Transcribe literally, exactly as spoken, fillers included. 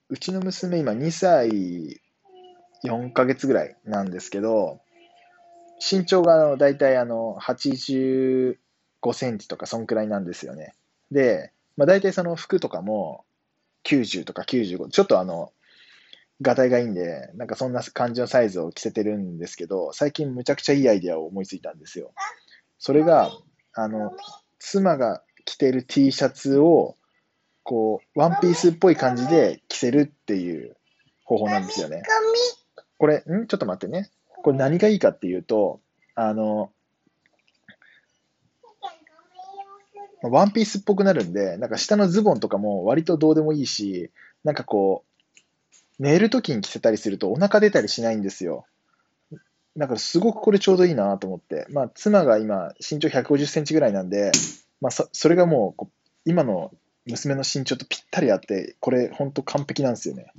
うちの娘今にさいよんかげつぐらいなんですけど、身長があのだいたいあのはちじゅうごセンチとかそんくらいなんですよね。で、まあ、大体その服とかもきゅうじゅうとかきゅうじゅうご、ちょっとあの、がたいがいいんで、なんかそんな感じのサイズを着せてるんですけど、最近むちゃくちゃいいアイデアを思いついたんですよ。それが、あの、妻が着てる T シャツを、こう、ワンピースっぽい感じで着せるっていう方法なんですよね。これ、んちょっと待ってね。これ何がいいかっていうと、あの、ワンピースっぽくなるんで、なんか下のズボンとかも割とどうでもいいし、なんかこう、寝るときに着せたりするとお腹出たりしないんですよ。だからすごくこれちょうどいいなと思って。まあ、妻が今身長ひゃくごじゅっセンチぐらいなんで、まあ、そそれがもうこう今の娘の身長とぴったりあって、これ本当完璧なんですよね。